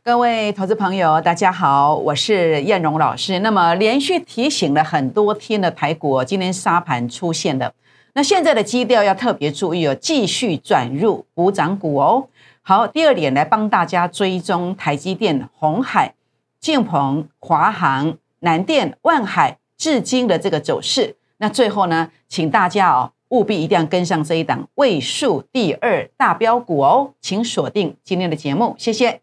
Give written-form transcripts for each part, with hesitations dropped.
各位投资朋友，大家好，我是燕荣老师。那么连续提醒了很多天的台股，今天杀盘出现了。那现在的基调要特别注意哦，继续转入补涨股哦。好，第二点来帮大家追踪台积电、鸿海、晋鹏、华航、南电、万海、智晶的这个走势。那最后呢，请大家务必一定要跟上这一档位数第二大标股哦，请锁定今天的节目，谢谢。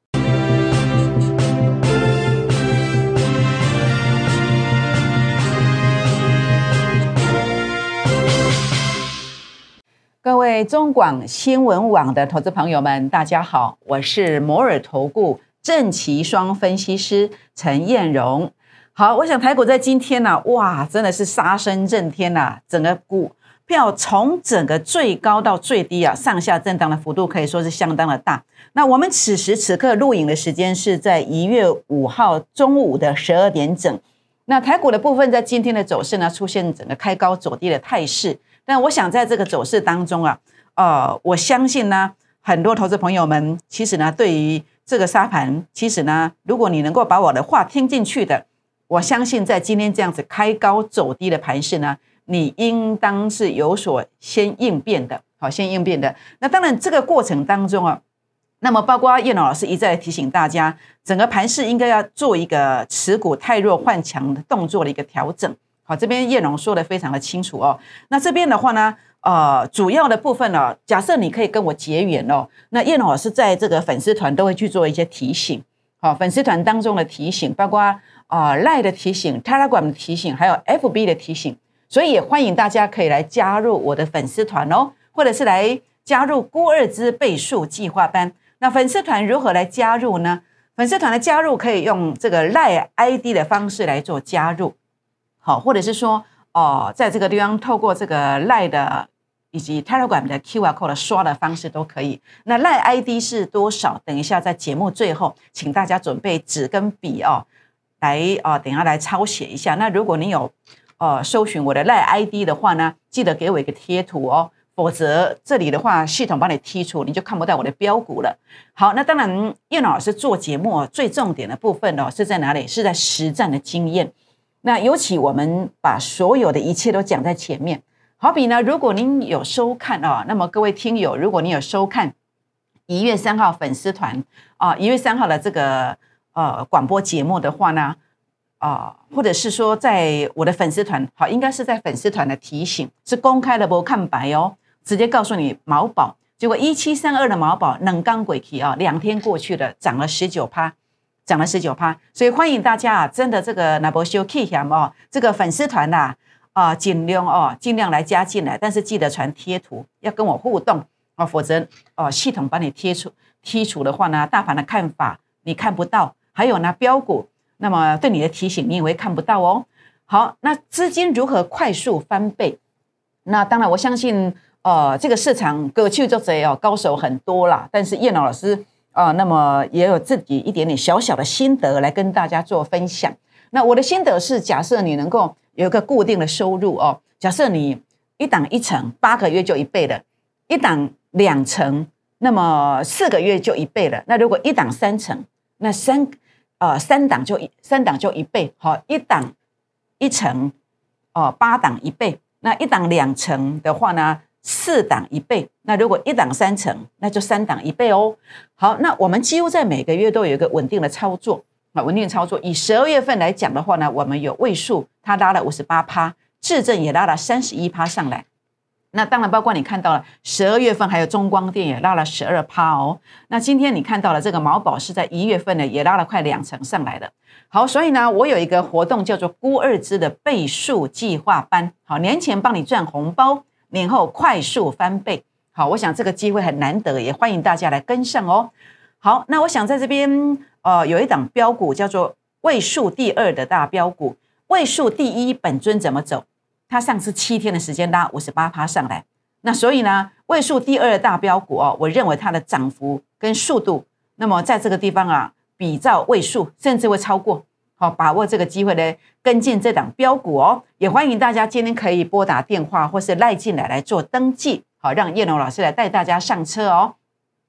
各位中广新闻网的投资朋友们，大家好，我是摩尔投顾郑奇双分析师陈燕荣。好，我想台股在今天哇，真的是杀声震天整个股票从整个最高到最低上下震荡的幅度可以说是相当的大。那我们此时此刻录影的时间是在1月5号中午的12点整。那台股的部分在今天的走势呢，出现整个开高走低的态势。但我想在这个走势当中我相信呢，很多投资朋友们其实呢，对于这个沙盘，其实呢，如果你能够把我的话听进去的，我相信在今天这样子开高走低的盘势呢，你应当是有所先应变的，好，先应变的。那当然这个过程当中那么包括燕老师一再提醒大家，整个盘势应该要做一个持股太弱换强的动作的一个调整。好，这边燕荣说的非常的清楚那这边的话呢，主要的部分假设你可以跟我结缘那燕荣老师在这个粉丝团都会去做一些提醒。好，粉丝团当中的提醒，包括LINE 的提醒、Telegram 的提醒，还有 FB 的提醒，所以也欢迎大家可以来加入我的粉丝团或者是来加入孤二支倍数计划班。那粉丝团如何来加入呢？粉丝团的加入可以用这个 LINE ID 的方式来做加入。好，或者是说在这个地方透过这个 LINE 的以及 Telegram 的 QR Code 的刷的方式都可以。那 LINE ID 是多少？等一下在节目最后，请大家准备纸跟笔来等一下来抄写一下。那如果你有搜寻我的 LINE ID 的话呢，记得给我一个贴图否则这里的话系统帮你剔除，你就看不到我的标股了。好，那当然燕老师做节目最重点的部分是在哪里？是在实战的经验。那尤其我们把所有的一切都讲在前面，好比呢，如果您有收看那么各位听友，如果你有收看1月3号粉丝团1月3号的这个广播节目的话呢，或者是说在我的粉丝团，好，应该是在粉丝团的提醒，是公开的，不看白直接告诉你毛宝，结果1732的毛宝冷刚鬼气2天过去了，涨了19%。涨了19%，所以欢迎大家真的这个那不修 K 险这个粉丝团尽量来加进来，但是记得传贴图，要跟我互动否则系统把你剔除的话呢，大盘的看法你看不到，还有呢标股，那么对你的提醒你也会看不到好，那资金如何快速翻倍？那当然我相信这个市场过去就高手很多啦，但是燕老师那么也有自己一点点小小的心得来跟大家做分享。那我的心得是，假设你能够有一个固定的收入假设你一档1成8个月就1倍了，一档2成，那么4个月就1倍了。那如果一档3成，那三档就1倍。好，一档1成8档1倍，那一档2成的话呢，4档1倍，那如果一档3成，那就3档1倍好，那我们几乎在每个月都有一个稳定的操作稳定的操作。以12月份来讲的话呢，我们有位数，它拉了58%，智正也拉了31%上来。那当然包括你看到了12月份还有中光电也拉了12%那今天你看到了这个毛宝是在1月份呢也拉了快2成上来的。好，所以呢我有一个活动叫做孤二支的倍数计划班。好，年前帮你赚红包，年后快速翻倍。好，我想这个机会很难得，也欢迎大家来跟上好，那我想在这边有一档标股叫做位数第二的大标股，位数第一本尊怎么走？它上次7天的时间拉58%上来，那所以呢，位数第二的大标股我认为它的涨幅跟速度，那么在这个地方比照位数，甚至会超过。好，把握这个机会呢，跟进这档标股也欢迎大家今天可以拨打电话或是赖进来做登记，好，让叶龙老师来带大家上车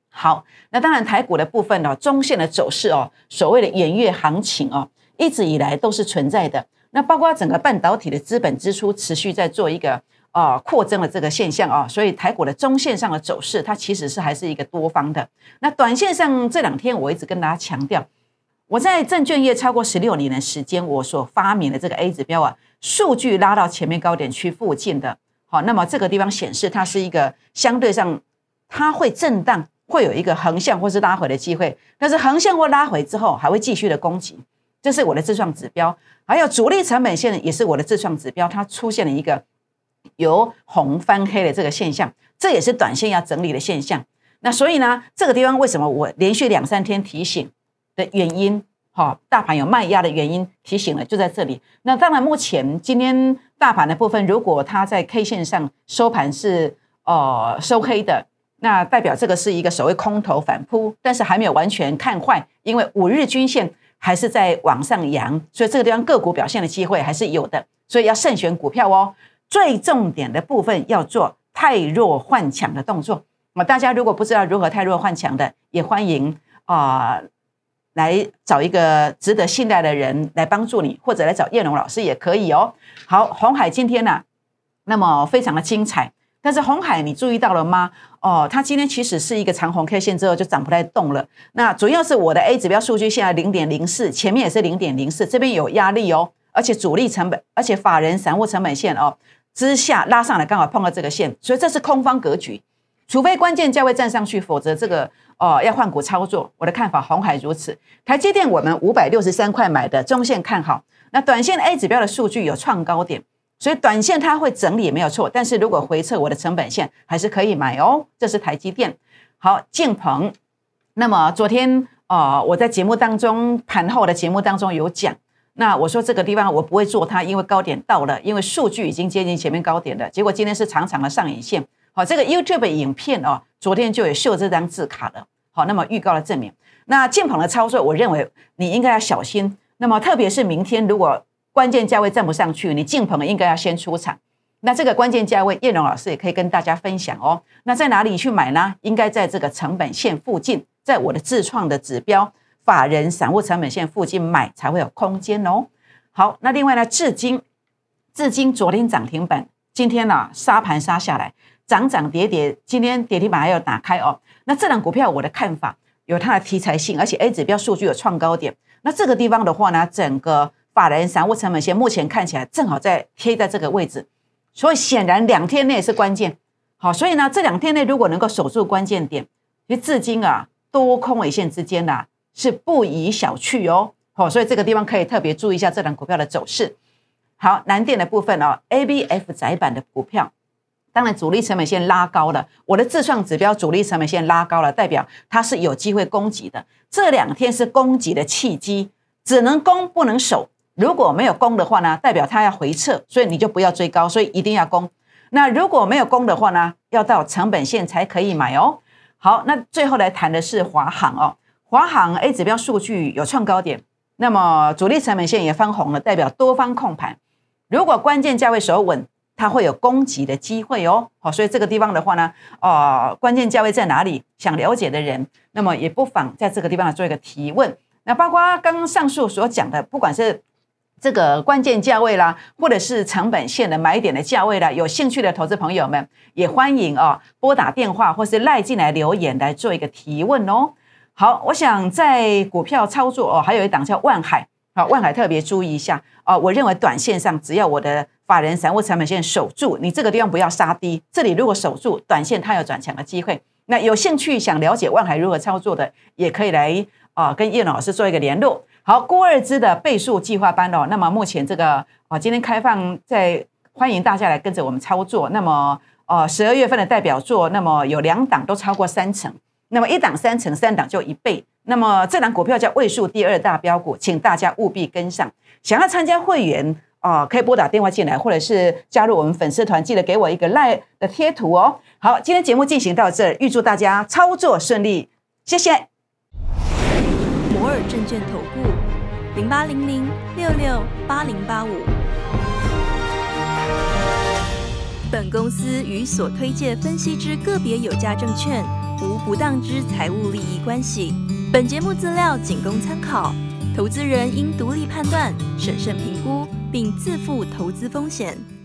好，那当然台股的部分哦，中线的走势哦，所谓的元月行情哦，一直以来都是存在的。那包括整个半导体的资本支出持续在做一个扩增的这个现象所以台股的中线上的走势，它其实是还是一个多方的。那短线上这2天我一直跟大家强调，我在证券业超过16年的时间，我所发明的这个 A 指标数据拉到前面高点区附近的，好，那么这个地方显示它是一个相对上它会震荡，会有一个横向或是拉回的机会，但是横向或拉回之后还会继续的攻击，这是我的自创指标。还有主力成本线也是我的自创指标，它出现了一个由红翻黑的这个现象，这也是短线要整理的现象。那所以呢，这个地方为什么我连续2、3天提醒的原因，大盘有卖压的原因提醒了，就在这里。那当然，目前今天大盘的部分，如果它在 K 线上收盘是收黑的，那代表这个是一个所谓空头反扑，但是还没有完全看坏，因为5日均线还是在往上扬，所以这个地方个股表现的机会还是有的，所以要慎选股票哦。最重点的部分要做太弱换强的动作。大家如果不知道如何太弱换强的，也欢迎来找一个值得信赖的人来帮助你，或者来找叶龙老师也可以哦。好，鸿海今天那么非常的精彩，但是鸿海你注意到了吗？它今天其实是一个长红 K 线之后就涨不太动了。那主要是我的 A 指标数据现在 0.04， 前面也是 0.04， 这边有压力哦，而且主力成本，而且法人散户成本线之下拉上来，刚好碰到这个线，所以这是空方格局。除非关键价位站上去，否则这个要换股操作。我的看法，鸿海如此。台积电我们563块买的，中线看好。那短线 A 指标的数据有创高点，所以短线它会整理也没有错。但是如果回撤我的成本线，还是可以买哦。这是台积电。好，晋鹏。那么昨天我在节目当中盘后的节目当中有讲。那我说这个地方我不会做它，因为高点到了，因为数据已经接近前面高点了。结果今天是长长的上影线。好，这个 YouTube 影片昨天就有秀这张字卡了。好，那么预告了正面。那晋鹏的操作，我认为你应该要小心。那么特别是明天，如果关键价位站不上去，你晋鹏应该要先出场。那这个关键价位，叶荣老师也可以跟大家分享哦。那在哪里去买呢？应该在这个成本线附近，在我的自创的指标法人散户成本线附近买才会有空间哦。好，那另外呢，至今昨天涨停板，今天杀盘杀下来。涨涨跌跌，今天跌停板还要打开那这档股票我的看法有它的题材性，而且 A 指标数据有创高点。那这个地方的话呢，整个法人散户成本线目前看起来正好在贴在这个位置，所以显然2天内是关键。好，所以呢，这2天内如果能够守住关键点，其实至今多空尾线之间是不宜小觑哦。好，所以这个地方可以特别注意一下这档股票的走势。好，南电的部分ABF 载板的股票。当然主力成本线拉高了，我的自创指标主力成本线拉高了，代表它是有机会攻击的。这2天是攻击的契机，只能攻不能守。如果没有攻的话呢，代表它要回撤，所以你就不要追高，所以一定要攻。那如果没有攻的话呢，要到成本线才可以买哦。好，那最后来谈的是华航华航 A 指标数据有创高点，那么主力成本线也翻红了，代表多方控盘。如果关键价位守稳，它会有攻击的机会哦。好，所以这个地方的话呢，关键价位在哪里？想了解的人，那么也不妨在这个地方做一个提问。那包括刚刚上述所讲的，不管是这个关键价位啦，或者是成本线的买点的价位啦，有兴趣的投资朋友们也欢迎拨打电话或是赖进来留言来做一个提问哦。好，我想在股票操作还有一档叫万海。好，万海特别注意一下我认为短线上只要我的法人散户成本线守住，你这个地方不要杀低，这里如果守住，短线它有转强的机会。那有兴趣想了解万海如何操作的，也可以来跟叶老师做一个联络。好，郭二支的倍数计划班那么目前这个今天开放，欢迎大家来跟着我们操作。那么12月份的代表作，那么有2档都超过3成，那么1档3成，3档就1倍。那么这档股票叫位数第2大标股，请大家务必跟上。想要参加会员可以拨打电话进来，或者是加入我们粉丝团，记得给我一个 LINE 的贴图哦。好，今天节目进行到这儿，预祝大家操作顺利，谢谢。 摩尔证券投顾0800668085。本公司与所推介分析之个别有价证券无不当之财务利益关系。本节目资料仅供参考，投资人应独立判断、审慎评估，并自负投资风险。